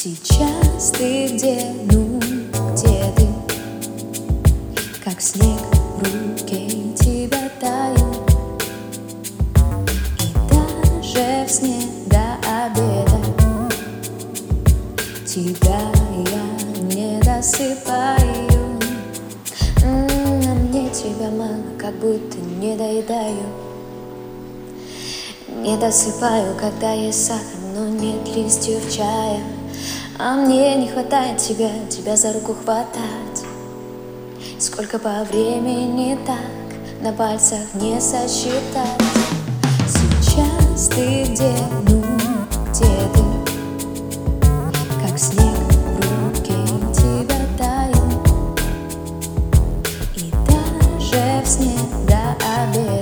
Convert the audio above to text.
Сейчас ты где, ну где ты? Как снег в руке тебя таю, и даже в сне до обеда тебя я не досыпаю. А мне тебя мало, как будто не доедаю. Не досыпаю, когда есть сахар, но нет листьев чая. А мне не хватает тебя за руку хватать. Сколько по времени так, на пальцах не сосчитать. Сейчас ты где, ну где ты? Как снег в руке тебя таю, и даже в сне до обеда